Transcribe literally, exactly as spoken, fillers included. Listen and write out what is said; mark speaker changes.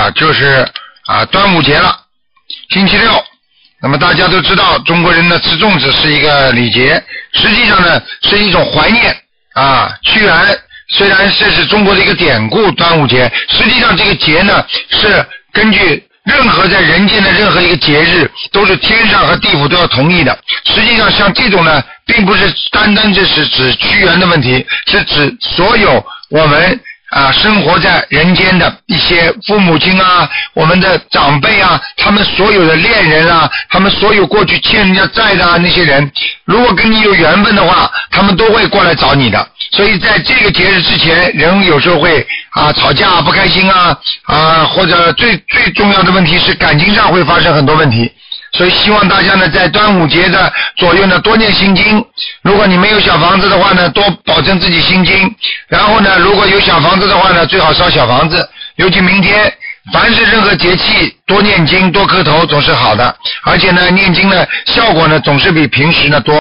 Speaker 1: 啊就是啊端午节了，星期六。那么大家都知道，中国人呢吃粽子是一个礼节，实际上呢是一种怀念啊屈原。虽然这是中国的一个典故，端午节，实际上这个节呢是根据任何在人间的任何一个节日，都是天上和地府都要同意的。实际上像这种呢，并不是单单这是指屈原的问题，是指所有我们啊，生活在人间的一些父母亲啊，我们的长辈啊，他们所有的恋人啊，他们所有过去欠人家债的啊那些人，如果跟你有缘分的话，他们都会过来找你的。所以在这个节日之前，人有时候会啊吵架不开心啊啊，或者最最重要的问题是感情上会发生很多问题。所以希望大家呢在端午节的左右呢多念心经，如果你没有小房子的话呢，多保证自己心经，然后呢如果有小房子的话呢，最好烧小房子，尤其明天凡是任何节气多念经多磕头总是好的，而且呢念经呢效果呢总是比平时呢多。